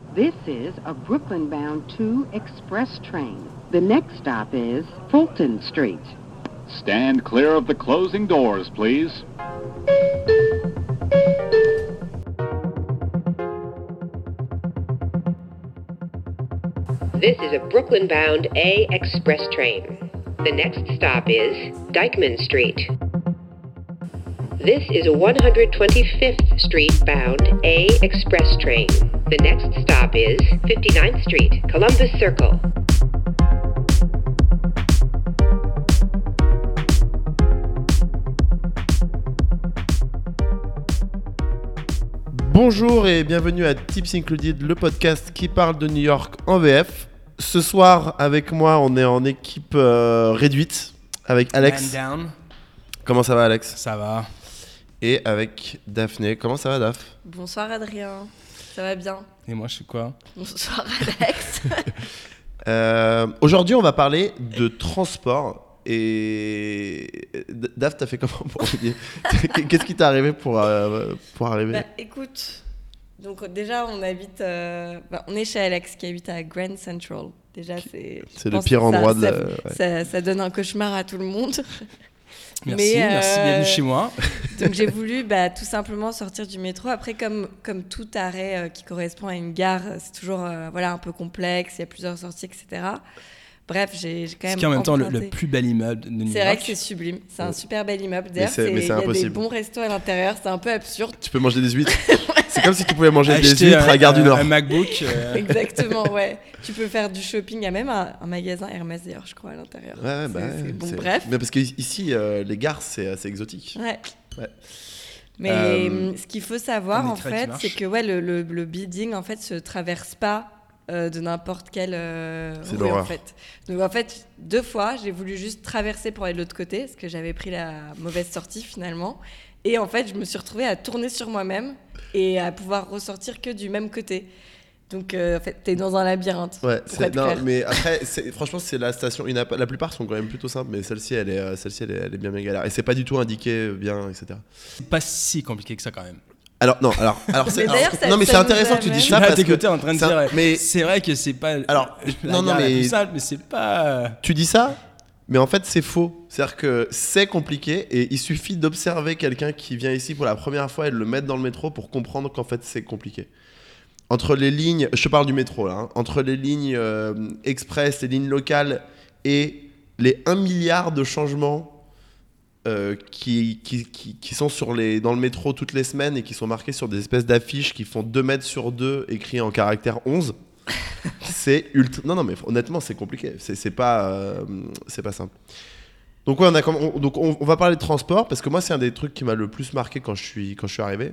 This is a Brooklyn-bound 2 express train. The next stop is Fulton Street. Stand clear of the closing doors, please. This is a Brooklyn-bound A express train. The next stop is Dyckman Street. This is a 125th Street bound A express train. The next stop is 59th Street, Columbus Circle. Bonjour et bienvenue à Tips Included, le podcast qui parle de New York en VF. Ce soir, avec moi, on est en équipe réduite avec Alex. Man down. Comment ça va, Alex ? Ça va. Et avec Daphné. Comment ça va, Daph ? Bonsoir Adrien, ça va bien. Et moi, je suis quoi ? Bonsoir Alex. Aujourd'hui, on va parler de transport. Et Daph, t'as fait comment pour venir ? Qu'est-ce qui t'est arrivé pour arriver ? Bah, écoute, donc déjà on habite, on est chez Alex qui habite à Grand Central. Déjà c'est le pire endroit ça donne un cauchemar à tout le monde. Merci, bienvenue chez moi. Donc j'ai voulu tout simplement sortir du métro. Après, comme tout arrêt qui correspond à une gare, c'est toujours un peu complexe, il y a plusieurs sorties, etc. Bref, j'ai quand même. Ce qui est en même temps le plus bel immeuble de New York. C'est vrai que c'est sublime, c'est un super bel immeuble. D'ailleurs, il y a des bons restos à l'intérieur, c'est un peu absurde. Tu peux manger des huîtres. C'est comme si tu pouvais manger des huîtres à Gare du Nord. Un MacBook. Exactement, ouais. Tu peux faire du shopping, il y a même un magasin Hermès d'ailleurs, je crois, à l'intérieur. Ouais, bon, bref. Mais parce qu'ici, les gares, c'est assez exotique. Ouais. Mais ce qu'il faut savoir, en fait, c'est que le building, en fait, se traverse pas de n'importe quelle rue, en fait. Donc, en fait, 2 fois, j'ai voulu juste traverser pour aller de l'autre côté, parce que j'avais pris la mauvaise sortie, finalement. Et en fait, je me suis retrouvée à tourner sur moi-même et à pouvoir ressortir que du même côté. Donc, en fait, t'es dans un labyrinthe. Ouais, mais après, franchement, c'est la station. La plupart sont quand même plutôt simples, mais celle-ci, elle est bien galère. Et c'est pas du tout indiqué bien, etc. C'est pas si compliqué que ça, quand même. Alors mais c'est intéressant que tu dis ça parce que t'es en train de dire mais c'est vrai que c'est pas la plus simple, mais c'est pas. Tu dis ça, mais en fait c'est faux. C'est-à-dire que c'est compliqué et il suffit d'observer quelqu'un qui vient ici pour la première fois et de le mettre dans le métro pour comprendre qu'en fait c'est compliqué. Entre les lignes, je te parle du métro là, entre les lignes express, les lignes locales et les 1 milliard de changements qui sont dans le métro toutes les semaines et qui sont marqués sur des espèces d'affiches qui font 2 mètres sur 2 écrits en caractère 11. C'est ultra. Non, mais honnêtement, c'est compliqué. C'est pas simple. Donc, on va parler de transport parce que moi, c'est un des trucs qui m'a le plus marqué quand je suis arrivé.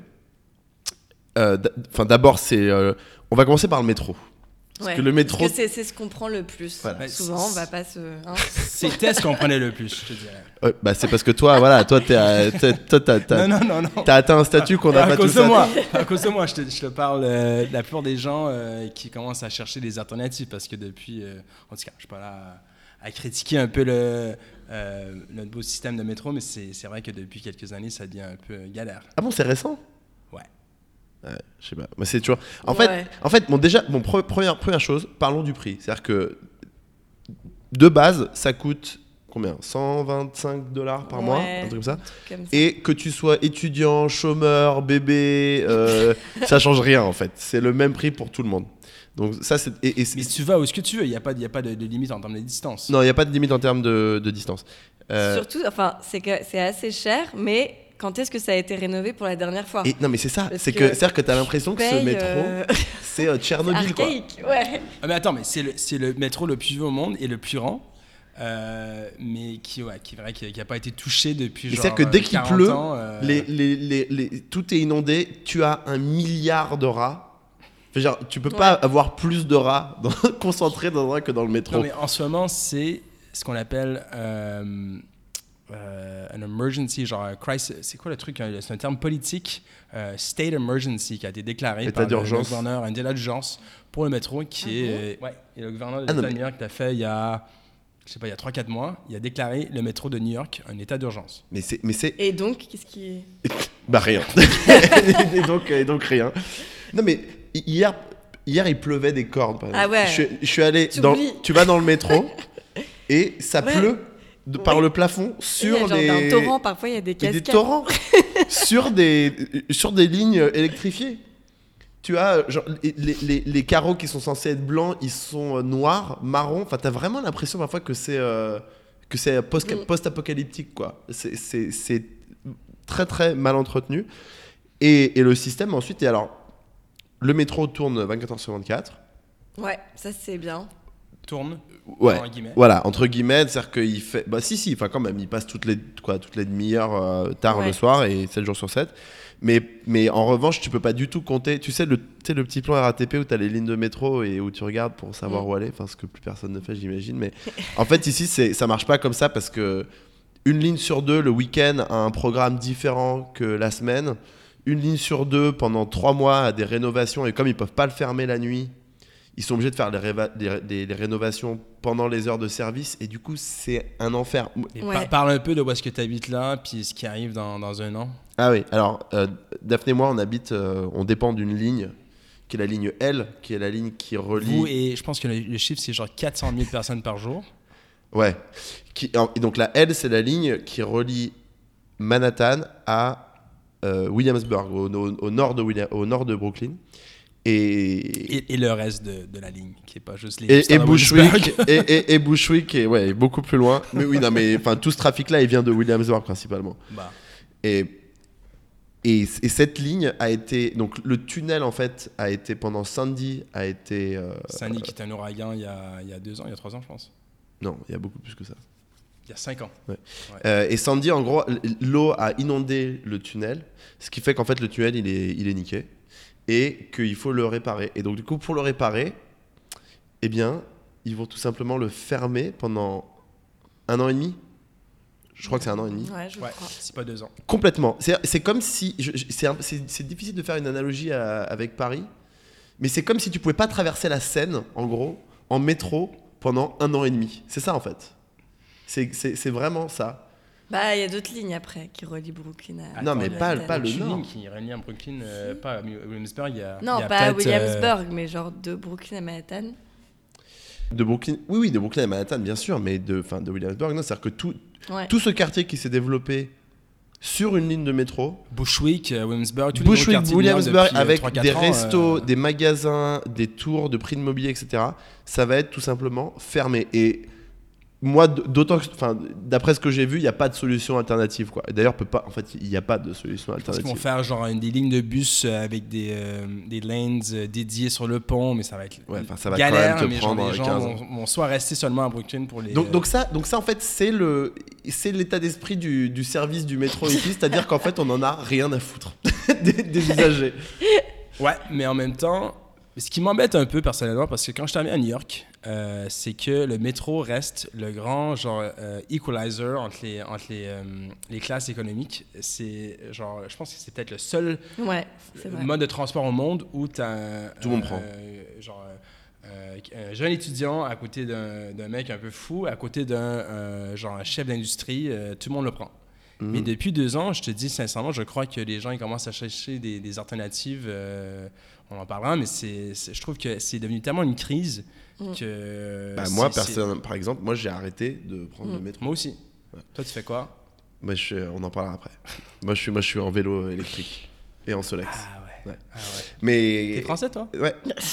D'abord, on va commencer par le métro. Parce que le métro. Parce que c'est ce qu'on prend le plus. Voilà. Souvent, on va pas se. C'était ce qu'on prenait le plus, je te dirais. C'est parce que toi, t'as atteint un statut qu'on n'a pas tous. À cause de moi, je te parle de la plupart des gens qui commencent à chercher des alternatives parce que depuis, en tout cas, je suis pas là à critiquer un peu notre beau système de métro, mais c'est vrai que depuis quelques années, ça devient un peu galère. Ah bon, c'est récent ? Ouais. Je sais pas, mais c'est toujours. En fait, première chose, parlons du prix. C'est-à-dire que de base, ça coûte combien ? $125 par mois, un truc comme ça. Et que tu sois étudiant, chômeur, bébé, ça change rien en fait. C'est le même prix pour tout le monde. Donc ça, c'est. Mais tu vas où est-ce que tu veux. Il y a pas de limite en termes de distance. Non, il y a pas de limite en termes de distance. Surtout, c'est que c'est assez cher, mais. Quand est-ce que ça a été rénové pour la dernière fois ? Non, mais c'est ça. C'est-à-dire que t'as l'impression que ce métro, c'est Tchernobyl, quoi. Ouais. Ah, mais attends, mais c'est le métro le plus vieux au monde et le plus grand, mais qui a pas été touché depuis genre 40 ans. C'est-à-dire que dès qu'il pleut, tout est inondé. Tu as 1 milliard de rats. Genre, tu peux pas avoir plus de rats concentrés dans un endroit que dans le métro. Non, mais en ce moment, c'est ce qu'on appelle an emergency, genre crisis, c'est quoi le truc ? C'est un terme politique, state emergency, qui a été déclaré par le gouverneur, un état d'urgence pour le métro, qui est et le gouverneur de l'État de New York l'a fait il y a 3-4 mois, il a déclaré le métro de New York un état d'urgence. Mais c'est... Et donc, qu'est-ce qui est... Rien. et donc rien. Non mais hier, Hier, il pleuvait des cordes. Par exemple. Ah ouais. Je suis allé tu vas dans le métro et ça pleut par le plafond sur des... Genre d'un torrent, parfois il y a des cascades. Des torrents sur des lignes électrifiées. Tu as genre, les carreaux qui sont censés être blancs, ils sont noirs, marrons. Enfin, t'as vraiment l'impression parfois que c'est post-apocalyptique, quoi. C'est très très mal entretenu. Et le système ensuite, le métro tourne 24h sur 24. Ouais, ça c'est bien. Tourne. Ouais. Voilà, entre guillemets, c'est-à-dire qu'il fait. Bah si, enfin quand même, il passe toutes les demi-heures tard le soir et 7 jours sur 7. Mais en revanche, tu peux pas du tout compter. Tu sais le petit plan RATP où tu as les lignes de métro et où tu regardes pour savoir où aller. Enfin, ce que plus personne ne fait, j'imagine. Mais en fait, ici, ça marche pas comme ça parce que une ligne sur 2 le week-end a un programme différent que la semaine. Une ligne sur 2 pendant 3 mois a des rénovations et comme ils peuvent pas le fermer la nuit, ils sont obligés de faire les rénovations pendant les heures de service et du coup c'est un enfer. Parle un peu de où est-ce que tu habites là puis ce qui arrive dans un an. Ah oui, alors Daphné et moi on dépend d'une ligne qui est la ligne L, qui est la ligne qui relie... Vous et je pense que le chiffre c'est genre 400 000 personnes par jour. Ouais, et donc la L c'est la ligne qui relie Manhattan à Williamsburg, au nord de Brooklyn. Et le reste de la ligne, qui n'est pas juste les... Et Bushwick, et Bushwick est beaucoup plus loin. Mais oui, non, mais tout ce trafic-là, il vient de Williamsburg principalement. Bah. Et cette ligne a été... Donc le tunnel, en fait, a été pendant Sandy, Sandy qui était un ouragan il y a 2 ans, il y a 3 ans, je pense. Non, il y a beaucoup plus que ça. Il y a 5 ans. Ouais. Et Sandy, en gros, l'eau a inondé le tunnel, ce qui fait qu'en fait, le tunnel, il est niqué. Et qu'il faut le réparer. Et donc, du coup, pour le réparer, eh bien, ils vont tout simplement le fermer pendant 1 an et demi. Je crois que c'est 1 an et demi. Ouais, je crois. C'est pas 2 ans. Complètement. C'est comme si... c'est difficile de faire une analogie avec Paris, mais c'est comme si tu pouvais pas traverser la Seine, en gros, en métro pendant 1 an et demi. C'est ça, en fait. C'est vraiment ça. Bah, il y a d'autres lignes après qui relient Brooklyn à... Non, mais pas le nord. Une ligne qui relie à Brooklyn, pas à Williamsburg. Non, pas à Williamsburg, mais genre de Brooklyn à Manhattan. De Brooklyn, oui, de Brooklyn à Manhattan, bien sûr, mais de Williamsburg, non. C'est-à-dire que tout ce quartier qui s'est développé sur une ligne de métro... Bushwick, Williamsburg, tous les quartiers Williamsburg, avec 3-4 des ans, restos, des magasins, des tours de prix de mobilier, etc. Ça va être tout simplement fermé. Et... Moi, d'autant que, d'après ce que j'ai vu, il n'y a pas de solution alternative, quoi. D'ailleurs, il n'y a pas de solution alternative. Ils vont faire genre des lignes de bus avec des lanes dédiées sur le pont, mais ça va être ça va galère, quand même te prendre les gens vont soit rester seulement à Brooklyn pour les... Donc ça, en fait, c'est l'état d'esprit du service du métro ici, c'est-à-dire qu'en fait, on n'en a rien à foutre des usagers. Ouais, mais en même temps... Ce qui m'embête un peu personnellement, parce que quand je suis arrivé à New York, c'est que le métro reste le grand genre equalizer entre les classes économiques. C'est genre, je pense que c'est peut-être le seul mode de transport au monde où tu as tout le monde prend. Un jeune étudiant à côté d'un mec un peu fou, à côté d'un genre chef d'industrie, tout le monde le prend. Mais depuis 2 ans, je te dis sincèrement, je crois que les gens ils commencent à chercher des alternatives. On en parlera, mais je trouve que c'est devenu tellement une crise que... moi, par exemple, moi j'ai arrêté de prendre le métro. Moi aussi. Ouais. Toi, tu fais quoi? On en parlera après. moi, je suis en vélo électrique et en Solex. Ah ouais. Mais... T'es français, toi? Ouais.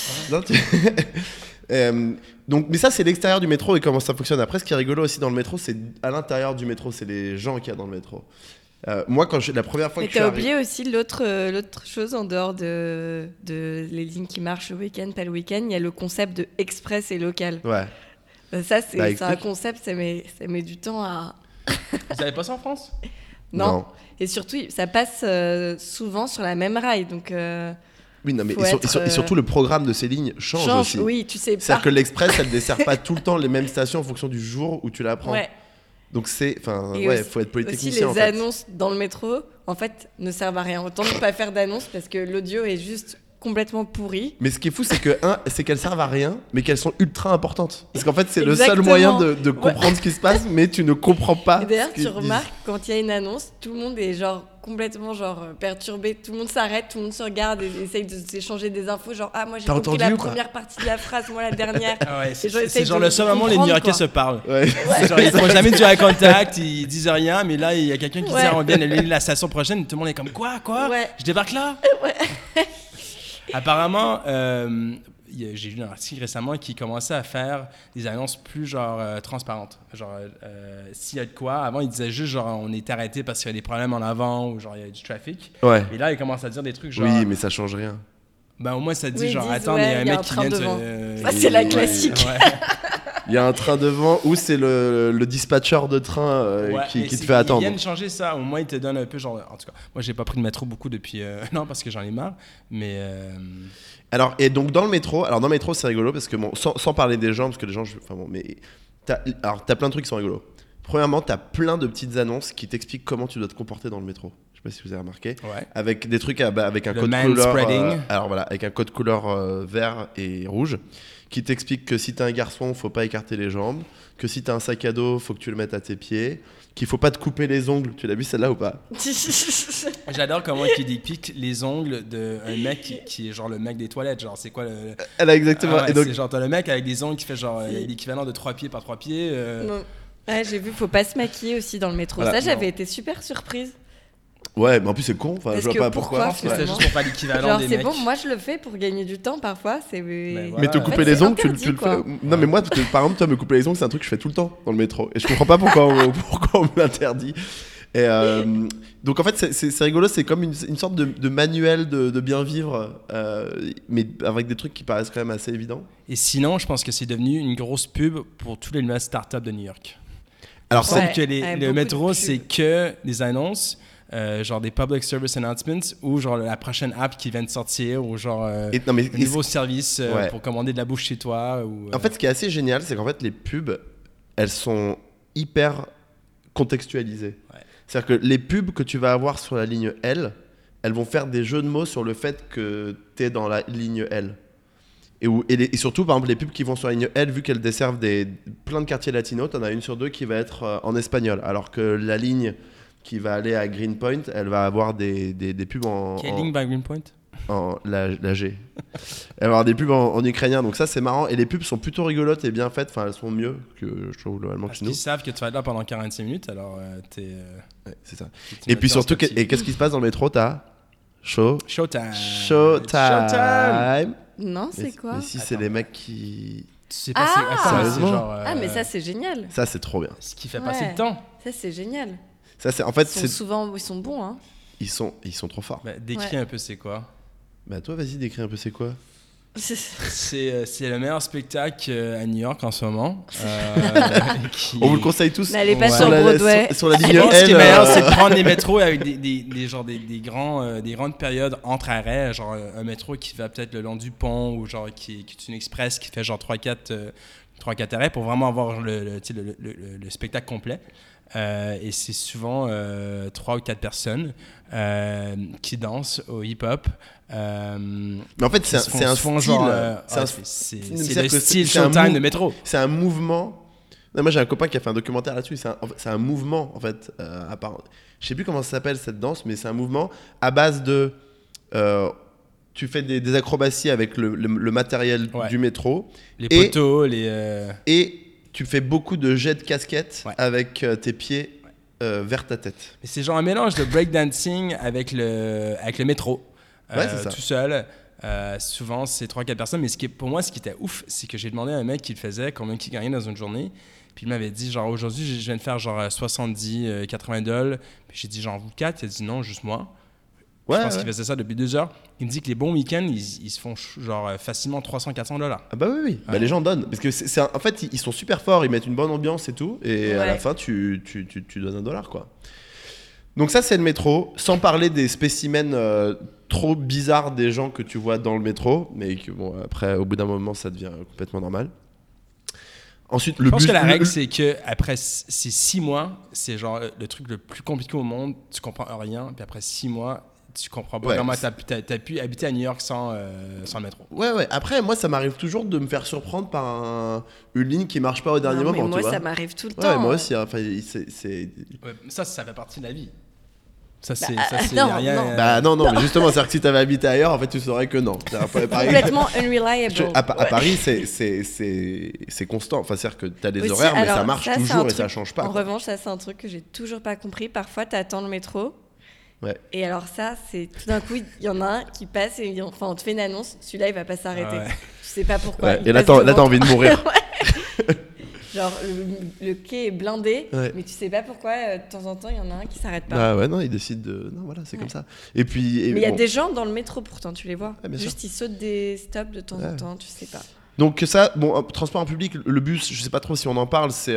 Donc, mais ça, c'est l'extérieur du métro et comment ça fonctionne. Après, ce qui est rigolo aussi dans le métro, c'est à l'intérieur du métro, c'est les gens qu'il y a dans le métro. Moi, la première fois que je suis arrivé... Mais t'as oublié aussi l'autre chose en dehors de les lignes qui marchent le week-end, pas le week-end, il y a le concept de express et local. Ouais. Ça, c'est un concept, ça met du temps à... Vous savez pas ça en France? Non. Et surtout, ça passe souvent sur la même rail, donc... Oui, non, mais et surtout, le programme de ces lignes change aussi. Oui, tu sais pas. C'est-à-dire que l'Express, elle ne dessert pas tout le temps les mêmes stations en fonction du jour où tu la prends. Ouais. Donc, faut être polytechnicien, aussi, les annonces dans le métro, en fait, ne servent à rien. Autant ne pas faire d'annonces parce que l'audio est juste complètement pourri. Mais ce qui est fou, c'est qu'elles servent à rien, mais qu'elles sont ultra importantes. Parce qu'en fait, c'est le seul moyen de comprendre ce qui se passe, mais tu ne comprends pas. Et d'ailleurs, tu remarques, quand il y a une annonce, tout le monde est genre complètement genre perturbé. Tout le monde s'arrête, tout le monde se regarde et essaye de s'échanger des infos. Genre, moi j'ai compris la première partie de la phrase, moi la dernière. C'est genre le seul moment où les New-Yorkais se parlent. Genre, ils font jamais du eye contact, ils disent rien, mais là il y a quelqu'un qui dit on vient de la station prochaine, tout le monde est comme quoi je débarque là. Apparemment, j'ai lu un article récemment qui commençait à faire des annonces plus genre transparentes. Genre, s'il y a de quoi, avant il disait juste genre on est arrêté parce qu'il y a des problèmes en avant ou genre il y a du trafic. Ouais. Et là il commence à dire des trucs genre. Oui, mais ça change rien. Ben au moins ça dit genre attends, mais il y a un mec qui vient de. Ça c'est la classique. Il y a un train devant ou c'est le dispatcher de train qui te fait attendre. Ils viennent changer ça. Au moins, ils te donnent un peu genre. En tout cas, moi, j'ai pas pris de métro beaucoup depuis. Non, parce que j'en ai marre. Mais. Alors, et donc dans le métro, c'est rigolo parce que sans parler des gens, parce que les gens, mais t'as plein de trucs qui sont rigolos. Premièrement, t'as plein de petites annonces qui t'expliquent comment tu dois te comporter dans le métro. Je sais pas si vous avez remarqué. Ouais. Avec des trucs avec un code couleur. Alors voilà, avec un code couleur vert et rouge. Qui t'explique que si t'es un garçon, faut pas écarter les jambes, que si t'as un sac à dos, faut que tu le mettes à tes pieds, qu'il faut pas te couper les ongles. Tu l'as vu celle-là ou pas? J'adore comment il dépique les ongles d'un mec qui est genre le mec des toilettes. Genre, c'est quoi le. Elle a exactement. Et donc... C'est genre, t'as le mec avec des ongles qui fait genre l'équivalent de 3 pieds par 3 pieds. Ouais, j'ai vu, faut pas se maquiller aussi dans le métro. Voilà. Ça, j'avais été super surprise. Ouais, mais en plus c'est con, enfin, je vois pas pourquoi. C'était juste pour pas l'équivalent genre, des mecs. C'est bon, moi je le fais pour gagner du temps parfois. Mais te couper les ongles, tu le fais. Non, mais moi, par exemple, toi, me couper les ongles, c'est un truc que je fais tout le temps dans le métro. Et je comprends pas pourquoi on me l'interdit. Et donc en fait, c'est rigolo, c'est comme une sorte de manuel de bien vivre, mais avec des trucs qui paraissent quand même assez évidents. Et sinon, je pense que c'est devenu une grosse pub pour tous les nouvelles startups de New York. Alors, que le métro, c'est que des annonces. Genre des public service announcements ou genre la prochaine app qui vient de sortir ou genre un nouveau service pour commander de la bouffe chez toi. En fait, ce qui est assez génial, c'est qu'en fait, les pubs, elles sont hyper contextualisées. Ouais. C'est-à-dire que les pubs que tu vas avoir sur la ligne L, elles vont faire des jeux de mots sur le fait que tu es dans la ligne L. Et surtout, par exemple, les pubs qui vont sur la ligne L, vu qu'elles desservent plein de quartiers latinos, tu en as une sur deux qui va être en espagnol. Alors que la ligne qui va aller à Greenpoint, elle va avoir des pubs en... Quelle ligne va Greenpoint? La G. Elle va avoir des pubs en ukrainien, donc ça c'est marrant. Et les pubs sont plutôt rigolotes et bien faites, enfin elles sont mieux que je trouve globalement que nous. Parce qu'ils savent que tu vas être là pendant 46 minutes, alors t'es... Ouais, c'est ça. Et puis surtout, qu'est-ce qui se passe dans le métro? T'as Showtime. Non, c'est quoi? Mais si c'est les mecs qui... Tu sais pas, c'est genre... mais ça c'est génial. Ça c'est trop bien. Ce qui fait passer le temps. Ça c'est génial. Ça, en fait, ils sont bons, hein. Ils sont trop forts. Décris un peu c'est quoi. Toi, vas-y, décris un peu c'est quoi. C'est le meilleur spectacle à New York en ce moment. On vous le conseille tous. N'allez pas sur Broadway. Sur la ligne L. Ce qui est meilleur, c'est de prendre les métros avec des grandes périodes entre arrêts, genre un métro qui va peut-être le long du pont ou genre qui est une express qui fait genre 3-4 arrêts pour vraiment avoir le spectacle complet. Et c'est souvent 3 ou 4 personnes qui dansent au hip-hop. Mais en fait, c'est un style. C'est le style Showtime de métro. C'est un mouvement. Non, moi, j'ai un copain qui a fait un documentaire là-dessus. C'est un mouvement, en fait. Je sais plus comment ça s'appelle cette danse, mais c'est un mouvement à base de. Tu fais des acrobaties avec le matériel du métro. Les poteaux, et tu fais beaucoup de jets de casquettes avec tes pieds vers ta tête. Et c'est genre un mélange de breakdancing avec le métro. C'est ça. Tout seul. Souvent, c'est 3-4 personnes. Mais pour moi, ce qui était ouf, c'est que j'ai demandé à un mec qui le faisait, combien il gagnait dans une journée. Puis il m'avait dit, genre, aujourd'hui, je viens de faire genre 70, 80 $. Puis j'ai dit, genre, vous 4? Il a dit, non, juste moi. Je pense qu'il faisait ça depuis 2 heures. Il me dit que les bons week-ends, ils se font genre facilement 300-400 $. Ah bah oui. Ouais. Les gens donnent. Parce que en fait, ils sont super forts, ils mettent une bonne ambiance et tout. Et à la fin, tu donnes $1, quoi. Donc ça, c'est le métro. Sans parler des spécimens trop bizarres des gens que tu vois dans le métro. Mais que, bon, après, au bout d'un moment, ça devient complètement normal. Ensuite, je pense que la règle, c'est qu'après ces 6 mois, c'est genre le truc le plus compliqué au monde. Tu comprends rien. Puis après 6 mois... Tu comprends pas comment t'as pu habiter à New York sans le métro. Ouais. Après, moi, ça m'arrive toujours de me faire surprendre par une ligne qui marche pas au dernier moment. Moi, ça m'arrive tout le temps. Moi aussi. Enfin, ça fait partie de la vie. Ça, c'est non, rien. non. Bah non, mais justement, c'est-à-dire que si t'avais habité ailleurs, en fait, tu saurais que non. Complètement unreliable. À Paris, c'est constant. Enfin, c'est-à-dire que t'as des Aussi, horaires, mais alors, ça marche toujours et ça change pas. En revanche, ça, c'est un truc que j'ai toujours pas compris. Parfois, t'attends le métro. Ouais. Et alors ça, c'est tout d'un coup, il y en a un qui passe et enfin, on te fait une annonce, celui-là, il va pas s'arrêter. Tu sais pas pourquoi. Ouais. Et là, t'as envie de mourir. Genre, le quai est blindé, mais tu sais pas pourquoi, de temps en temps, il y en a un qui s'arrête pas. Ah ouais, non, il décide de... Non, voilà, c'est comme ça. Et puis... mais il y a des gens dans le métro, pourtant, tu les vois. Juste, ils sautent des stops de temps en temps, tu sais pas. Donc ça, bon, transport en public, le bus, je sais pas trop si on en parle, c'est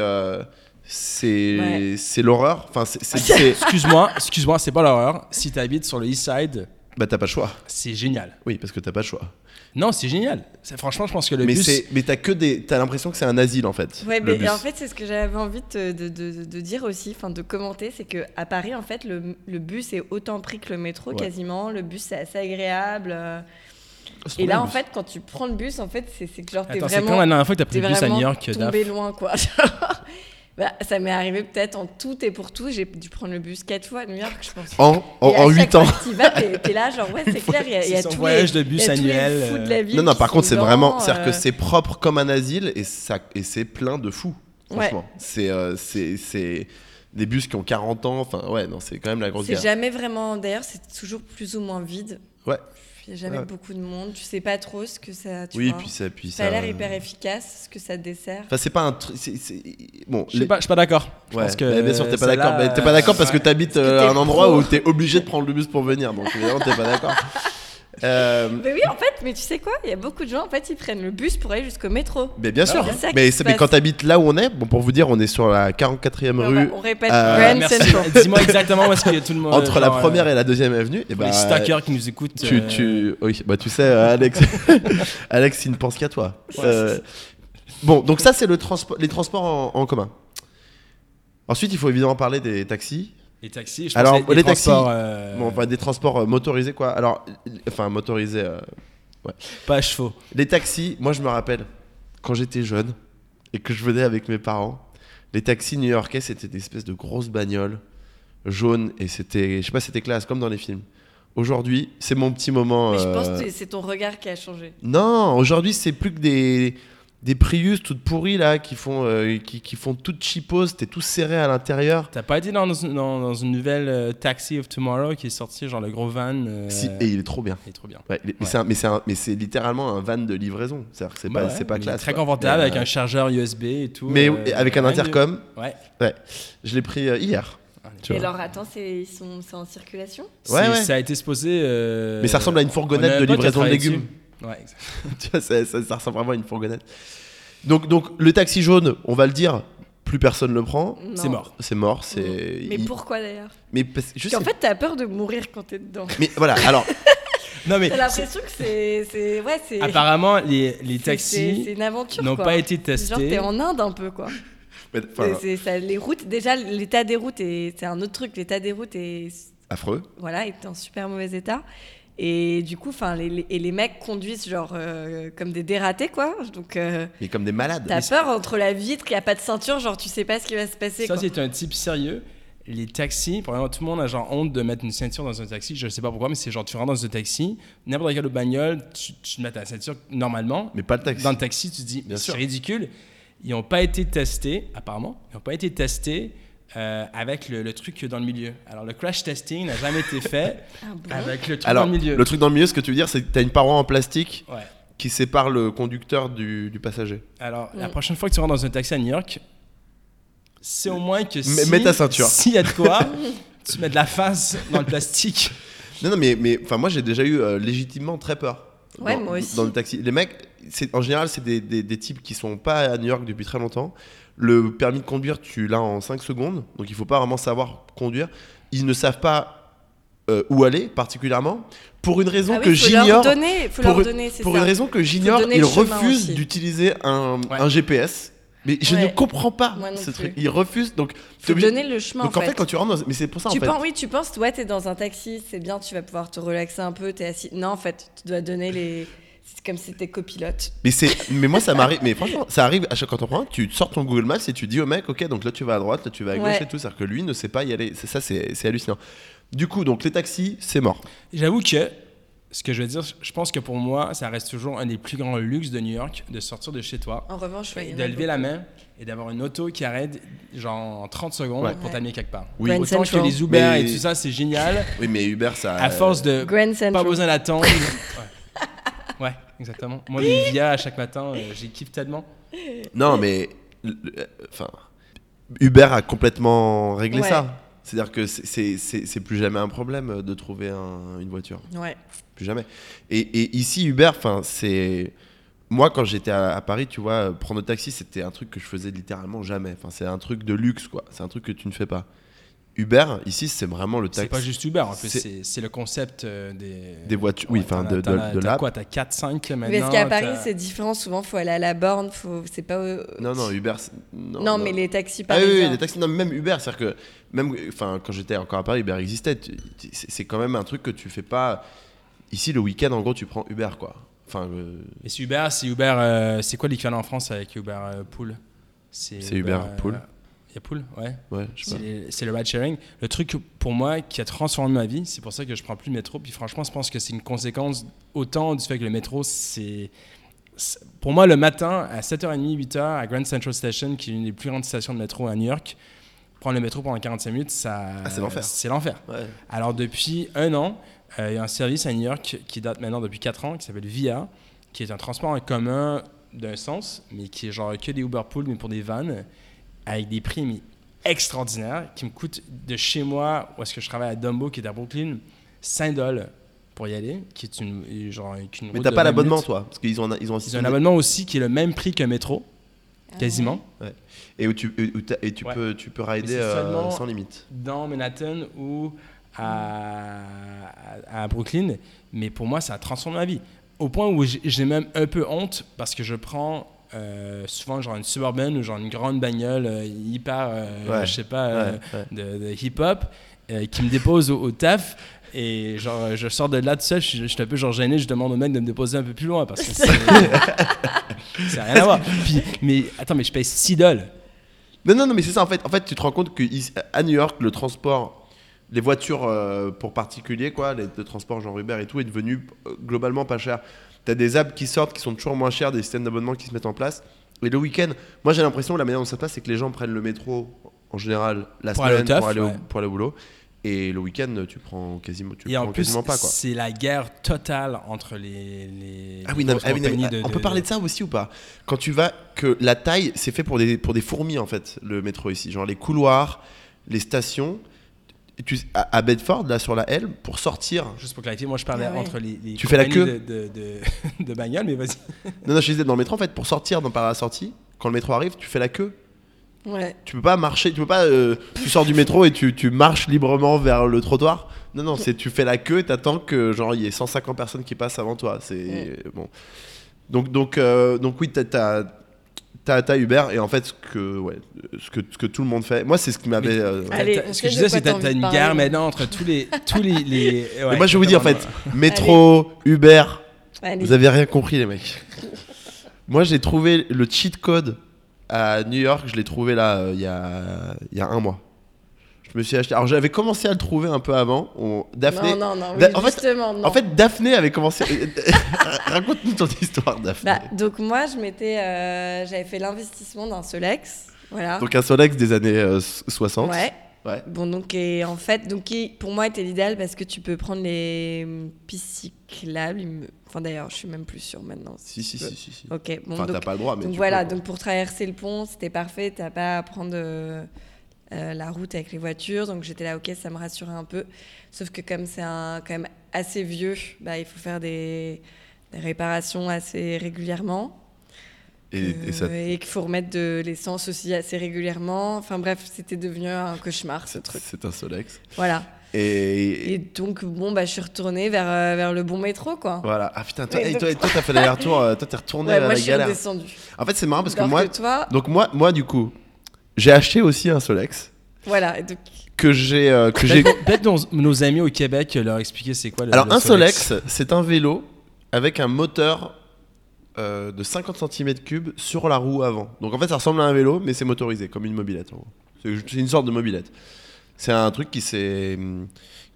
l'horreur. Enfin, Excuse-moi, c'est pas l'horreur. Si t'habites sur le East Side... Bah t'as pas le choix. C'est génial. Oui, parce que t'as pas le choix. Non, c'est génial. Franchement, je pense que le bus... Mais t'as l'impression que c'est un asile, en fait. Ouais, mais en fait, c'est ce que j'avais envie de dire aussi, enfin de commenter, c'est qu'à Paris, en fait, le bus est autant pris que le métro, quasiment. Le bus, c'est assez agréable. Et là, en fait, quand tu prends le bus, en fait, c'est que genre, t'es vraiment... c'est quand la dernière fois que t'as pris le bus à New York, tombé loin, quoi. Bah, ça m'est arrivé peut-être en tout et pour tout. J'ai dû prendre le bus 4 fois à New York, je pense. En 8 ans. Tu vas, t'es là, genre, ouais, c'est clair. Il y a tous voyage de bus annuel. Tous les fous de la ville. Non, par contre, c'est vraiment. C'est-à-dire que c'est propre comme un asile et c'est plein de fous. Franchement. C'est des bus qui ont 40 ans. Enfin, ouais, non, c'est quand même la grosse guerre. C'est jamais vraiment. D'ailleurs, c'est toujours plus ou moins vide. Ouais. Il n'y a jamais beaucoup de monde, tu sais pas trop ce que ça. Tu vois. Puis ça a l'air hyper efficace, ce que ça dessert. Enfin, c'est pas un truc. Bon, je suis pas d'accord. Ouais, que bien sûr, t'es pas d'accord. T'es pas d'accord parce que t'habites à un endroit où t'es obligé de prendre le bus pour venir. Donc évidemment, t'es pas d'accord. Mais oui, en fait, mais tu sais quoi, il y a beaucoup de gens, en fait, ils prennent le bus pour aller jusqu'au métro. Mais bien sûr. Mais quand t'habites là où on est, bon, pour vous dire, on est sur la 44e rue. On répète, Grand Central. Dis-moi exactement où est-ce qu'il y a tout le monde. Entre la première et la deuxième avenue. Et les stalkers qui nous écoutent. Oui, bah tu sais, Alex, Alex, il ne pense qu'à toi. Bon, donc ça, c'est les transports en commun. Ensuite, il faut évidemment parler des taxis. Les taxis, alors les taxis, des transports motorisés quoi. Alors, enfin motorisés, ouais. Pas à chevaux. Les taxis, moi je me rappelle quand j'étais jeune et que je venais avec mes parents, les taxis new-yorkais c'était des espèces de grosses bagnoles jaunes et c'était, je sais pas, c'était classe comme dans les films. Aujourd'hui, c'est mon petit moment. Mais je pense que c'est ton regard qui a changé. Non, aujourd'hui c'est plus que des Prius toutes pourries là qui font toutes cheapos, t'es tout serré à l'intérieur. T'as pas été dans une nouvelle Taxi of Tomorrow qui est sorti, genre le gros van Si, et il est trop bien. Il est trop bien. Ouais, mais c'est littéralement un van de livraison. C'est-à-dire que c'est pas classe. Très confortable avec un chargeur USB et tout. Mais avec un intercom. Ouais. Je l'ai pris hier. Et alors attends, c'est en circulation ? Ouais. Ça a été exposé. Mais ça ressemble à une fourgonnette de livraison de légumes. Ouais, tu vois, ça ressemble vraiment à une fourgonnette. Donc le taxi jaune, on va le dire, plus personne le prend. Non. C'est mort. Mais pourquoi d'ailleurs ? Mais en fait, t'as peur de mourir quand t'es dedans. Mais voilà, alors. Non mais. T'as l'impression que c'est. Apparemment, les taxis c'est une aventure, n'ont pas été testés. Genre t'es en Inde un peu quoi. Les routes, déjà l'état des routes c'est un autre truc. L'état des routes est affreux. Voilà, est en super mauvais état. Et du coup, les mecs conduisent genre comme des dératés, quoi. Donc, mais comme des malades. T'as peur entre la vitre, il n'y a pas de ceinture, genre tu sais pas ce qui va se passer. Ça, c'est un type sérieux. Les taxis, pour exemple, tout le monde a genre honte de mettre une ceinture dans un taxi. Je sais pas pourquoi, mais c'est genre tu rentres dans un taxi, n'importe quelle autre bagnole, tu mets ta ceinture normalement. Mais pas le taxi. Dans le taxi, tu te dis, c'est ridicule. Ils n'ont pas été testés, apparemment. Ils n'ont pas été testés. Avec le truc dans le milieu. Alors, le crash testing n'a jamais été fait avec le truc dans le milieu. Le truc dans le milieu, ce que tu veux dire, c'est que tu as une paroi en plastique qui sépare le conducteur du passager. Alors, la prochaine fois que tu rentres dans un taxi à New York, c'est au moins que mets ta ceinture. S'il y a de quoi, tu mets de la face dans le plastique. Non, mais moi, j'ai déjà eu légitimement très peur. Ouais, moi aussi. Dans le taxi. Les mecs, en général, c'est des types qui sont pas à New York depuis très longtemps. Le permis de conduire, tu l'as en 5 secondes, donc il faut pas vraiment savoir conduire. Ils ne savent pas où aller, particulièrement, pour une raison que j'ignore. Pour une raison que j'ignore, ils refusent d'utiliser un GPS. Mais je ne comprends pas ce truc. Ils refusent, donc faut donner le chemin. Donc en fait, quand tu rentres, mais c'est pour ça en fait. Tu penses, t'es dans un taxi, c'est bien, tu vas pouvoir te relaxer un peu, t'es assis. Non, en fait, tu dois donner les. C'est comme si t'étais copilote. Mais moi ça m'arrive, mais franchement ça arrive à chaque fois qu'on prend, tu sors ton Google Maps et tu dis au mec ok donc là tu vas à droite, là tu vas à gauche et tout, c'est-à-dire que lui ne sait pas y aller, c'est hallucinant. Du coup, donc les taxis, c'est mort. J'avoue que, ce que je veux dire, je pense que pour moi, ça reste toujours un des plus grands luxes de New York, de sortir de chez toi. En revanche, de lever la main et d'avoir une auto qui arrête genre en 30 secondes pour t'amener quelque part. Oui. Autant que les Uber et tout ça, c'est génial. Oui, mais Uber, ça... À force de pas besoin d'attendre. Ouais, exactement. Moi, les Via, à chaque matin, j'y kiffe tellement. Non, mais... Enfin... Uber a complètement réglé ça. C'est-à-dire que c'est plus jamais un problème de trouver une voiture. Ouais. Plus jamais. Et ici, Uber, c'est... Moi, quand j'étais à Paris, tu vois, prendre le taxi, c'était un truc que je faisais littéralement jamais. Enfin, c'est un truc de luxe, quoi. C'est un truc que tu ne fais pas. Uber, ici, c'est vraiment le taxi. C'est pas juste Uber, en plus, c'est le concept des voitures. Oui, enfin, de l'app. T'as quoi, t'as 4-5 maintenant. Mais parce qu'à Paris, c'est différent. Souvent, il faut aller à la borne. C'est pas... Non, Uber... Non, mais les taxis parisiens. Ah oui, les taxis... Non, même Uber, c'est-à-dire que... Même, enfin, quand j'étais encore à Paris, Uber existait. C'est quand même un truc que tu fais pas... Ici, le week-end, en gros, tu prends Uber, quoi. Enfin, Et c'est Uber, c'est quoi l'équivalent en France avec Uber Pool? C'est Uber Pool. Il y a Pool, ouais. Je sais pas. C'est le ride sharing. Le truc pour moi qui a transformé ma vie, c'est pour ça que je prends plus le métro. Puis franchement, je pense que c'est une conséquence autant du fait que le métro, c'est pour moi le matin à 7h30, 8h à Grand Central Station, qui est une des plus grandes stations de métro à New York. Prendre le métro pendant 45 minutes, c'est l'enfer. C'est l'enfer. Ouais. Alors depuis 1 an, il y a un service à New York qui date maintenant depuis 4 ans, qui s'appelle Via, qui est un transport en commun d'un sens, mais qui est genre que des Uber Pool, mais pour des vannes, avec des prix extraordinaires, qui me coûtent de chez moi, où est-ce que je travaille à Dumbo, qui est à Brooklyn, $5 pour y aller, qui est une mais t'as pas l'abonnement, toi, parce qu'ils ont un abonnement aussi qui est le même prix qu'un métro, quasiment. Ouais. Et où tu peux rider sans limite. Dans Manhattan ou à Brooklyn, mais pour moi, ça a transformé ma vie. Au point où j'ai même un peu honte parce que je prends souvent genre une Suburban ou genre une grande bagnole hyper, je sais pas, de hip-hop qui me dépose au taf. Et genre, je sors de là tout seul, je suis un peu genre gêné, je demande au mec de me déposer un peu plus loin parce que c'est rien à voir. Puis, mais attends, mais je paye $6. Non, mais c'est ça en fait. En fait, tu te rends compte qu'à New York, le transport, les voitures pour particuliers, quoi, le transport genre Uber et tout, est devenu globalement pas cher. T'as des apps qui sortent qui sont toujours moins chères, des systèmes d'abonnement qui se mettent en place. Et le week-end, moi j'ai l'impression que la manière dont ça se passe, c'est que les gens prennent le métro en général la semaine pour aller au boulot. Et le week-end, tu prends quasiment pas, quoi. C'est la guerre totale entre les on peut parler de ça aussi ou pas? Quand tu vas, que la taille, c'est fait pour des fourmis en fait, le métro ici. Genre les couloirs, les stations. À Bedford, là sur la L, pour sortir. Juste pour clarifier, moi je parlais entre les tu fais la queue de bagnole, mais vas-y. Non, je disais dans le métro en fait, pour sortir par la sortie, quand le métro arrive, tu fais la queue. Ouais. Tu peux pas marcher, tu sors du métro et tu marches librement vers le trottoir. Non, tu fais la queue et t'attends que genre il y ait 150 personnes qui passent avant toi. C'est bon. Donc oui, t'as Uber et en fait ce que tout le monde fait. Moi c'est ce qui m'avait. Ce que je disais c'est que t'as une guerre maintenant entre tous les. Et moi je vais vous dire en fait, métro, Uber, vous avez rien compris les mecs. Moi j'ai trouvé le cheat code. À New York, je l'ai trouvé là il y a 1 mois. Je me suis acheté. Alors j'avais commencé à le trouver un peu avant. Daphné. Non. En fait, Daphné avait commencé. Raconte-nous ton histoire, Daphné. Donc moi, j'avais fait l'investissement d'un Solex. Voilà. Donc un Solex des années 60. Ouais. Bon donc et en fait qui pour moi était l'idéal parce que tu peux prendre les pistes cyclables. Enfin d'ailleurs je suis même plus sûre maintenant. Si. Ok. Bon, enfin donc, t'as pas le droit mais. Donc voilà donc pour traverser le pont c'était parfait. T'as pas à prendre la route avec les voitures donc j'étais là ok ça me rassurait un peu. Sauf que comme c'est quand même assez vieux il faut faire des réparations assez régulièrement. Et qu'il faut remettre de l'essence aussi assez régulièrement. Enfin bref, c'était devenu un cauchemar ce truc. C'est un Solex. Voilà. Et donc je suis retournée vers le bon métro quoi. Voilà. Ah putain, toi t'as fait l'aller-retour, toi t'es retourné à la galère. Moi je suis redescendue. En fait c'est marrant parce que moi du coup, j'ai acheté aussi un Solex. Voilà. Et donc... que j'ai peut-être nos amis au Québec leur expliquer c'est quoi un Solex, c'est un vélo avec un moteur de 50 cm3 sur la roue avant. Donc en fait ça ressemble à un vélo mais c'est motorisé comme une mobylette en gros. C'est une sorte de mobylette. C'est un truc qui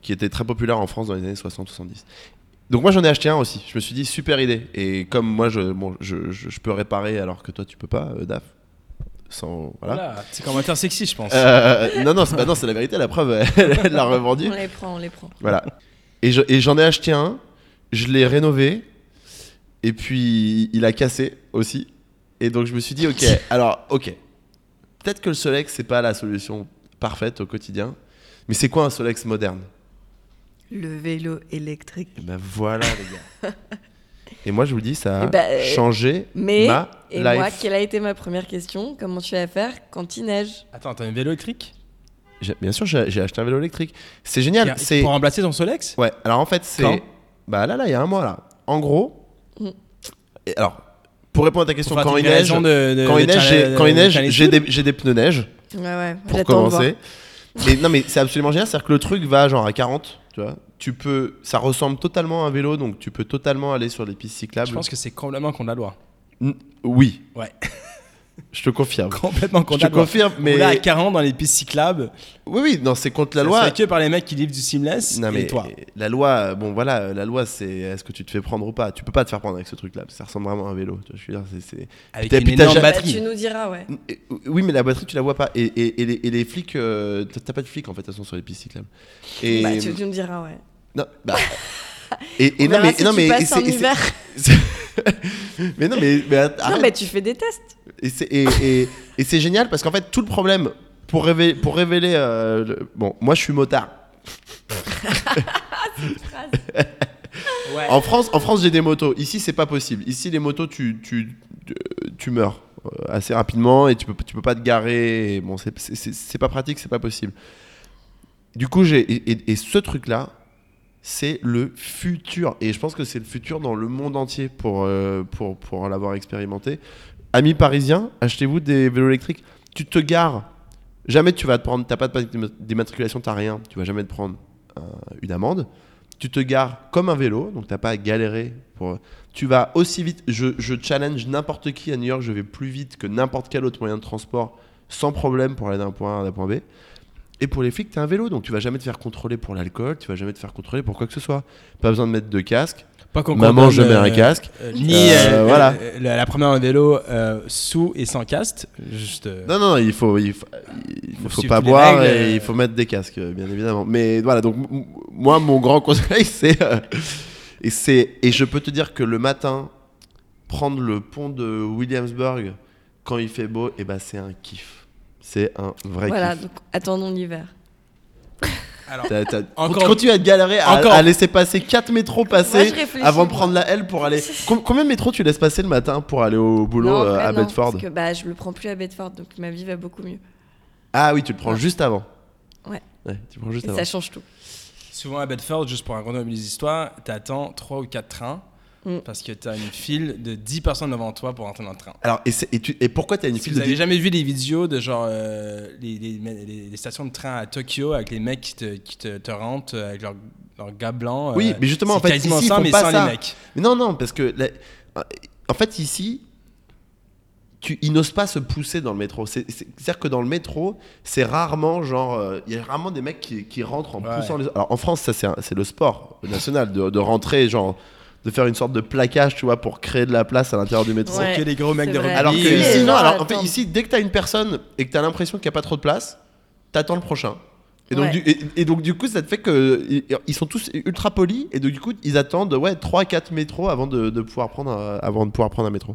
qui était très populaire en France dans les années 60-70. Donc moi j'en ai acheté un aussi. Je me suis dit super idée. Et comme moi je peux réparer alors que toi tu peux pas, Daf. Sans voilà. C'est commentaire sexy, je pense. Non, c'est la vérité. La preuve, elle l'a revendu. On les prend. Voilà. Et j'en ai acheté un. Je l'ai rénové. Et puis il a cassé aussi. Et donc je me suis dit ok. Peut-être que le Solex c'est pas la solution parfaite au quotidien. Mais c'est quoi un Solex moderne ? Le vélo électrique. Et ben voilà les gars. Et moi je vous le dis, ça a changé ma life. Et moi, quelle a été ma première question ? Comment tu vas faire quand il neige ? Attends, t'as un vélo électrique ? Bien sûr, j'ai acheté un vélo électrique. C'est génial. Pour remplacer ton Solex ? Ouais, alors en fait c'est... Là, il y a un mois là. En gros... Alors, pour répondre à ta question, quand il neige, j'ai des pneus neige. Ouais, pour commencer. Et non mais c'est absolument génial, c'est-à-dire que le truc va genre à 40, tu vois. Ça ressemble totalement à un vélo, donc tu peux totalement aller sur les pistes cyclables. Je pense que c'est complètement contre la loi. Oui. Ouais. Je te confirme. Complètement contre la loi. Je te confirme, mais... Là, à 40 dans les pistes cyclables. Oui, non, c'est contre la loi. C'est que par les mecs qui livrent du seamless. Non, mais toi. La loi, la loi, c'est est-ce que tu te fais prendre ou pas. Tu peux pas te faire prendre avec ce truc-là. Ça ressemble vraiment à un vélo. Je veux dire, c'est... Avec une énorme batterie. Tu nous diras, ouais. Oui, mais la batterie, tu la vois pas. Et les flics, t'as pas de flics en fait, de toute façon, sur les pistes cyclables. Et... tu nous diras, ouais. Non, non, mais passes en hiver. Mais non, mais tu fais des tests. Et c'est génial parce qu'en fait tout le problème pour révéler bon, moi je suis motard. Ouais. En France j'ai des motos. Ici c'est pas possible. Ici les motos tu meurs assez rapidement et tu peux pas te garer. Et bon c'est pas pratique, c'est pas possible. Du coup et ce truc là. C'est le futur. Et je pense que c'est le futur dans le monde entier pour l'avoir expérimenté. Amis parisiens, achetez-vous des vélos électriques. Tu te gares. Jamais tu vas te prendre... T'as pas de d'immatriculation, t'as rien. Tu vas jamais te prendre une amende. Tu te gares comme un vélo, donc t'as pas à galérer. Tu vas aussi vite. Je challenge n'importe qui à New York. Je vais plus vite que n'importe quel autre moyen de transport sans problème pour aller d'un point A à un point B. Et pour les flics, t'as un vélo, donc tu vas jamais te faire contrôler pour l'alcool, tu vas jamais te faire contrôler pour quoi que ce soit. Pas besoin de mettre de casque. Pas qu'on Maman, je mets un casque. Ni voilà. La première en vélo sous et sans casque. Juste. Non, il faut pas boire et il faut mettre des casques, bien évidemment. Mais voilà, donc moi, mon grand conseil, c'est et je peux te dire que le matin, prendre le pont de Williamsburg quand il fait beau, et c'est un kiff. C'est un vrai kiff. Voilà, donc attendons l'hiver. Alors, continue à te galérer à laisser passer 4 métros passer avant de prendre la L pour aller. Combien de métros tu laisses passer le matin pour aller au boulot à Bedford ? Parce que je le prends plus à Bedford, donc ma vie va beaucoup mieux. Ah oui, tu le prends juste avant. Ouais. Tu le prends juste avant. Ça change tout. Souvent à Bedford, juste pour raconter des histoires, t'attends 3 ou 4 trains. Parce que t'as une file de 10 personnes devant toi pour rentrer dans le train. Alors, et pourquoi t'as une file de 10 ? Vous avez jamais vu les vidéos de genre les stations de train à Tokyo avec les mecs qui te rentrent avec leur gars blanc. Oui, mais justement, en fait, ici, ils font pas ça. Les mecs. Mais non, parce que en fait, ici, ils n'osent pas se pousser dans le métro. C'est-à-dire que dans le métro, c'est rarement genre, il y a rarement des mecs qui rentrent en poussant les autres. Alors en France, ça c'est le sport national de rentrer genre. De faire une sorte de plaquage, tu vois, pour créer de la place à l'intérieur du métro. C'est que les gros mecs de rugby. Alors que ici, non. Alors en fait, ici, dès que t'as une personne et que t'as l'impression qu'il n'y a pas trop de place, t'attends le prochain. Et donc du coup, ça te fait que ils sont tous ultra polis et donc, du coup, ils attendent 3-4 métros avant de pouvoir prendre un métro.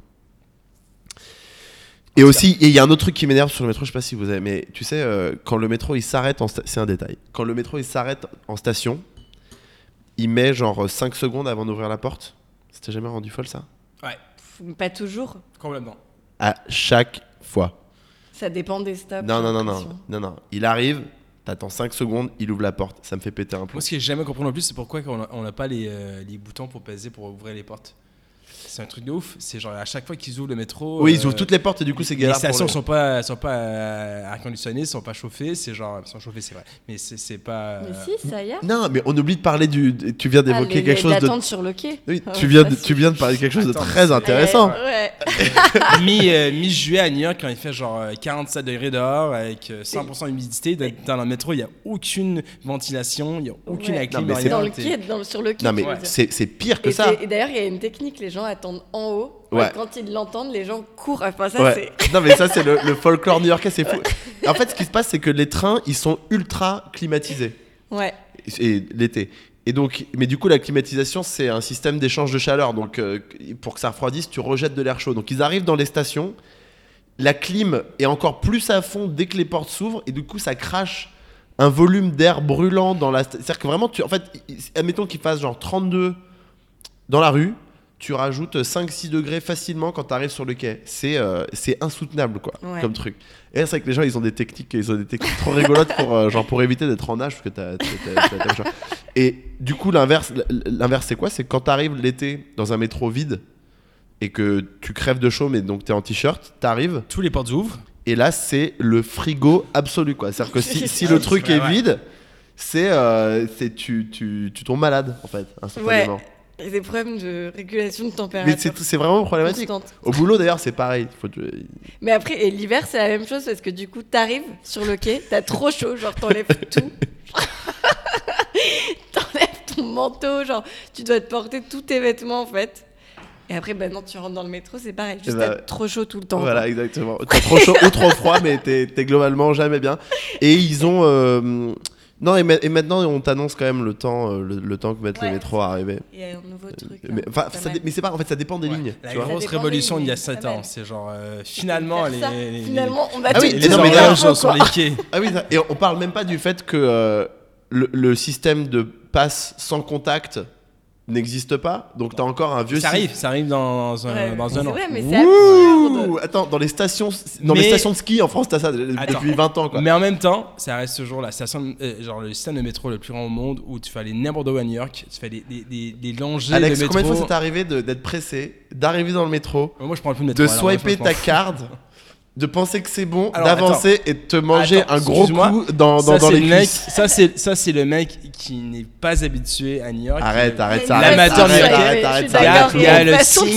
Et aussi, il y a un autre truc qui m'énerve sur le métro, je sais pas si vous avez, mais tu sais, quand le métro il s'arrête, c'est un détail. Quand le métro il s'arrête en station. Il met genre 5 secondes avant d'ouvrir la porte. Ça t'a jamais rendu folle, ça ? Ouais. Pas toujours. Complètement. À chaque fois. Ça dépend des stops. Non. Il arrive, t'attends 5 secondes, il ouvre la porte. Ça me fait péter un plomb. Moi, ce que j'ai jamais compris non plus, c'est pourquoi on n'a pas les boutons pour peser pour ouvrir les portes. C'est un truc de ouf. C'est genre à chaque fois qu'ils ouvrent le métro. Oui, ils ouvrent toutes les portes et du coup c'est galère. Les stations sont pas air conditionnées, sont pas chauffées. C'est genre, sont chauffées, c'est vrai. Mais c'est pas. Mais si, ça y est. Non, mais on oublie de parler tu viens d'évoquer quelque chose de. L'attente sur le quai. Oui, tu viens de parler de quelque chose de très intéressant. Ouais. Mi-juillet à New York, quand il fait genre 47 degrés dehors avec 100% d'humidité, dans le métro, il y a aucune ventilation, il y a aucune clim. Sur le quai. Non mais c'est pire que ça. Et d'ailleurs, il y a une technique, les gens attendent en haut. Ouais. Quand ils l'entendent, les gens courent. Enfin, ça, ouais. Non mais ça c'est le folklore new-yorkais, c'est fou. En fait, ce qui se passe, c'est que les trains, ils sont ultra climatisés. Ouais. Et l'été. Et donc, mais du coup, la climatisation, c'est un système d'échange de chaleur. Donc, pour que ça refroidisse, tu rejettes de l'air chaud. Donc, ils arrivent dans les stations. La clim est encore plus à fond dès que les portes s'ouvrent. Et du coup, ça crache un volume d'air brûlant dans la. C'est-à-dire que vraiment, en fait, admettons qu'il fasse genre 32 dans la rue. Tu rajoutes 5-6 degrés facilement quand tu arrives sur le quai. C'est insoutenable, quoi, comme truc. Et c'est vrai que les gens, ils ont des techniques trop rigolotes pour éviter d'être en nage, parce que t'as Et du coup, l'inverse, c'est quoi ? C'est quand tu arrives l'été dans un métro vide et que tu crèves de chaud, mais donc tu es en t-shirt, tu arrives. Tous les portes ouvrent. Et là, c'est le frigo absolu, quoi. C'est-à-dire que si le truc est vide, tu tombes malade, en fait, instantanément. Ouais. Et des problèmes de régulation de température. Mais c'est vraiment problématique. Au boulot, d'ailleurs, c'est pareil. Mais après, et l'hiver, c'est la même chose parce que du coup, t'arrives sur le quai, t'as trop chaud, genre t'enlèves tout. T'enlèves ton manteau, genre tu dois te porter tous tes vêtements en fait. Et après, non, tu rentres dans le métro, c'est pareil. Juste t'as trop chaud tout le temps. Voilà, exactement. T'as trop chaud ou trop froid, mais t'es globalement jamais bien. Et ils ont. Non, et maintenant, on t'annonce quand même le temps que mettent les métros à arriver. Il y a un nouveau truc. Mais c'est pas, en fait, ça dépend des lignes. La grosse révolution il y a 7 ans. C'est genre, finalement, finalement, on a les horloges sur les quais. Ah oui, et on parle même pas du fait que le système de passe sans contact n'existe pas, donc t'as encore un vieux. Ça arrive dans un an. Ouais, mais c'est absurde. Attends, dans les stations de ski en France, t'as ça depuis 20 ans, quoi. Mais en même temps, ça reste toujours la station, genre le système de métro le plus grand au monde où tu fais aller n'importe où à New York, tu fais des longées Alex, de métro. Combien de fois c'est arrivé d'être pressé, d'arriver dans le métro, moi je prends le métro, de swiper ta carte, de penser que c'est bon, d'avancer et de te manger un gros coup dans les cuisses. Ça c'est le mec qui n'est pas habitué à New York. Arrête. L'amateur new-yorkais. Arrête. Il y a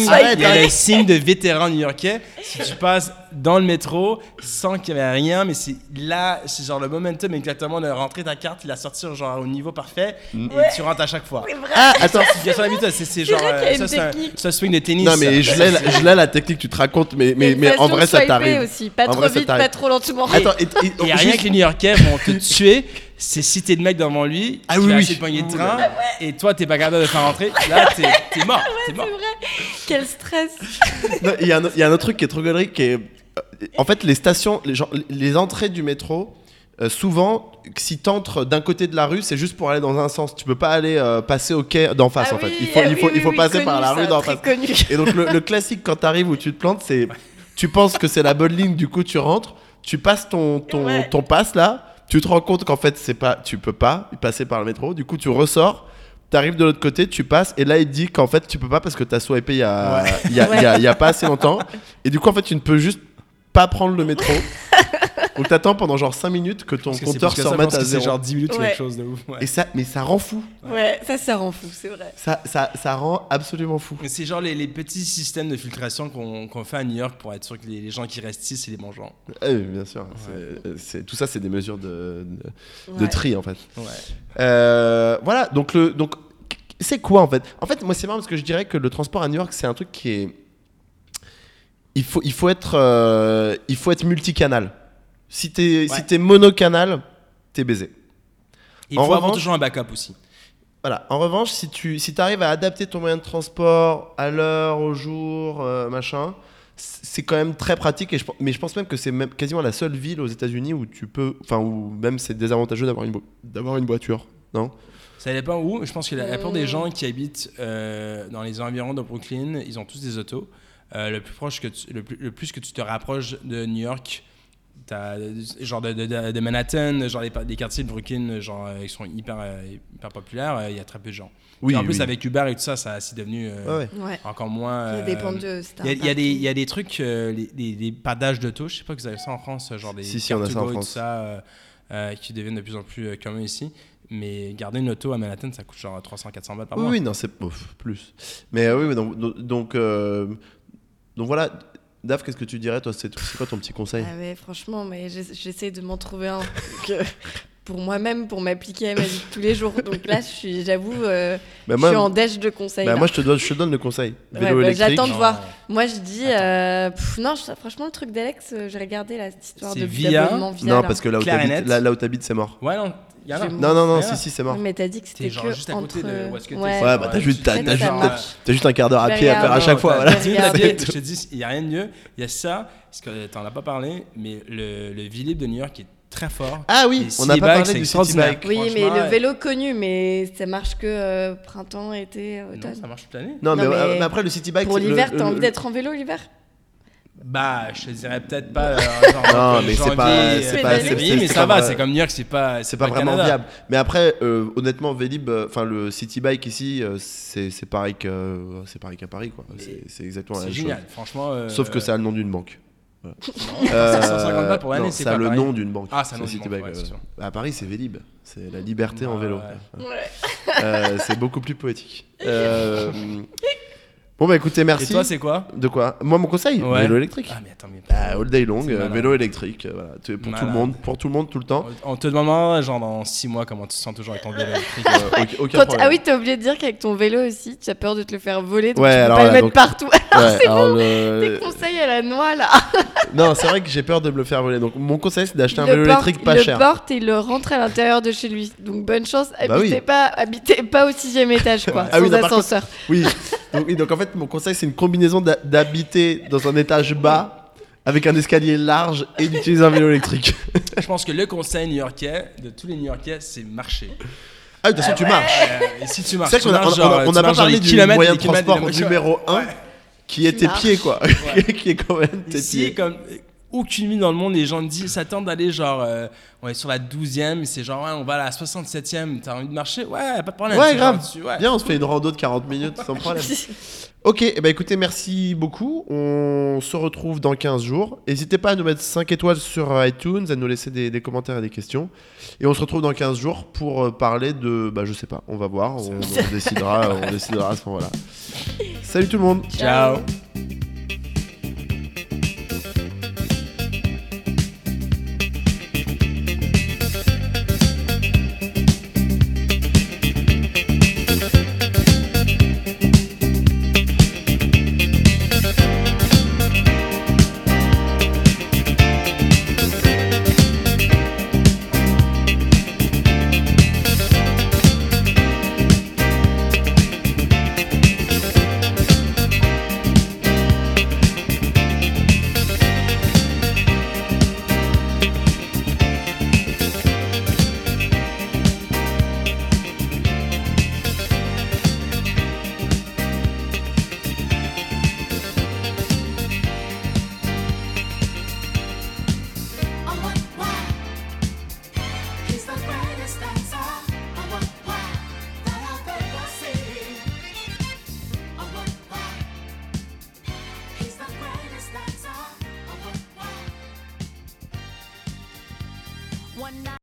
le signe de vétéran new-yorkais. Si tu passes dans le métro sans qu'il y avait rien, mais c'est genre le momentum exactement de rentrer ta carte, il a sorti genre au niveau parfait et tu rentres à chaque fois. C'est vrai. Ah, attends. C'est genre c'est un swing de tennis. Non mais je l'ai la technique, tu te racontes, mais en vrai ça t'arrive. Aussi. Pas trop vite, pas trop lentement. Attends, et rien que les New-Yorkais vont te tuer. C'est si t'es le mec devant lui, tu vas essayer de pogner le train, et toi t'es pas capable de faire rentrer, là t'es mort. C'est vrai. Quel stress. Il y a un autre truc qui est trop connerie, qui est en fait les stations, les entrées du métro. Souvent, si t'entres d'un côté de la rue, c'est juste pour aller dans un sens. Tu peux pas aller passer au quai d'en face, en fait. Il faut passer par la rue d'en face. Et donc le classique quand t'arrives où tu te plantes, c'est tu penses que c'est la bonne ligne, du coup tu rentres, tu passes ton pass là. Tu te rends compte qu'en fait, tu peux pas passer par le métro. Du coup, tu ressors, tu arrives de l'autre côté, tu passes. Et là, il te dit qu'en fait, tu peux pas parce que tu as swipé il y a pas assez longtemps. Et du coup, en fait, tu ne peux juste pas prendre le métro. Donc, tu attends pendant genre 5 minutes que ton compteur se remette à zéro. C'est genre 10 minutes, quelque chose de ouf. Et ça rend fou. Ouais, ça rend fou, c'est vrai. Ça rend absolument fou. Mais c'est genre les petits systèmes de filtration qu'on fait à New York pour être sûr que les gens qui restent ici, c'est les bons gens. Oui, bien sûr. Ouais. Tout ça, c'est des mesures de tri, en fait. Ouais. Voilà, donc c'est quoi, en fait ? En fait, moi, c'est marrant parce que je dirais que le transport à New York, c'est un truc qui est... Il faut être multicanal. Si t'es monocanal, t'es baisé. Il faut avoir toujours un backup aussi. Voilà. En revanche, si t'arrives à adapter ton moyen de transport à l'heure, au jour, machin, c'est quand même très pratique. Mais je pense même que c'est même quasiment la seule ville aux États-Unis où tu peux, où même c'est désavantageux d'avoir une voiture, non ? Ça dépend où. Je pense que la plupart des gens qui habitent dans les environs de Brooklyn, ils ont tous des autos. Le plus que tu te rapproches de New York, T'as genre de Manhattan, genre des quartiers de Brooklyn, genre ils sont hyper populaires. Il y a très peu de gens. Oui, en plus avec Uber et tout ça, c'est devenu encore moins. Ça dépend de. Il y a des trucs, des partages d'auto. Je sais pas que vous avez ça en France, genre des Car2Go et tout ça, qui deviennent de plus en plus communs ici. Mais garder une auto à Manhattan, ça coûte genre 300-400 bahts par mois. Oui, non, c'est plus. Mais oui, donc voilà. Dave, qu'est-ce que tu dirais, toi, c'est quoi ton petit conseil? Ah ouais, franchement, mais j'essaie de m'en trouver un pour moi-même, pour m'appliquer à ma vie de tous les jours. Donc là, j'avoue, je suis en dèche de conseils. Moi, je te donne le conseil. Vélo électrique. J'attends de voir. Moi, je dis, non, franchement, le truc d'Alex, j'ai regardé cette histoire d'abonnement via. Non, parce que là où t'habites, c'est mort. Ouais, non. Non, si, c'est mort. Mais t'as dit que c'était genre juste à côté de où est-ce que t'es. Ouais, bah t'as juste un quart d'heure à pied à faire à chaque fois. Je te dis, il n'y a rien de mieux. Il y a ça, parce que t'en as pas parlé, mais le V-Lib de New York est très fort. Ah oui, on n'a pas parlé du City Bike. Oui, mais le vélo connu, mais ça marche que printemps, été, automne. Non, ça marche toute l'année. Non, mais après le City Bike. Pour l'hiver, t'as envie d'être en vélo l'hiver? Bah, je te dirais peut-être pas. Non, mais c'est pas. Mais ça va, c'est comme New York, c'est pas vraiment viable. Mais après, honnêtement, Vélib, enfin le City Bike ici, c'est pareil qu'à Paris, quoi. C'est exactement la même chose. C'est génial, franchement. Sauf que ça a le nom d'une banque. Voilà. 150 balles pour l'année, c'est pas ça a pareil. le nom d'une banque. Ah, c'est un nom d'une banque. À Paris, c'est Vélib. C'est la liberté en vélo. Ouais. C'est beaucoup plus poétique. Bon bah écoutez, merci. Et toi, c'est quoi? De quoi? Moi, mon conseil, vélo électrique. Ah mais attends, all day long, vélo électrique, voilà, pour tout le monde, tout le temps. On te demandera genre dans 6 mois comment tu te sens toujours avec ton vélo électrique. Aucun problème. Ah oui, t'as oublié de dire qu'avec ton vélo aussi, tu as peur de te le faire voler, donc tu peux pas le mettre partout. C'est bon, tes conseils à la noix là. Non, c'est vrai que j'ai peur de me le faire voler, donc mon conseil c'est d'acheter un vélo électrique pas cher. Il le porte et il le rentre à l'intérieur de chez lui, donc bonne chance, habitez pas au 6e étage quoi, sans ascenseur. Oui, donc en fait mon conseil c'est une combinaison d'habiter dans un étage bas avec un escalier large et d'utiliser un vélo électrique. Je pense que le conseil new-yorkais de tous les new-yorkais c'est marcher. Ah, de toute façon tu marches. Et si tu marches, c'est vrai qu'on n'a pas parlé du moyen de transport numéro 1 qui est tes pieds quoi, qui est quand même tes pieds. Comme aucune ville dans le monde, les gens s'attendent d'aller genre on est sur la 12e, c'est genre on va à la 67e, t'as envie de marcher? Ouais, pas de problème. Ouais, grave. Viens, on se fait une rando de 40 minutes sans problème. Ok, écoutez, merci beaucoup. On se retrouve dans 15 jours. N'hésitez pas à nous mettre 5 étoiles sur iTunes, à nous laisser des commentaires et des questions. Et on se retrouve dans 15 jours pour parler de... je sais pas, on va voir, on décidera à ce moment-là. Salut tout le monde. Ciao. One night.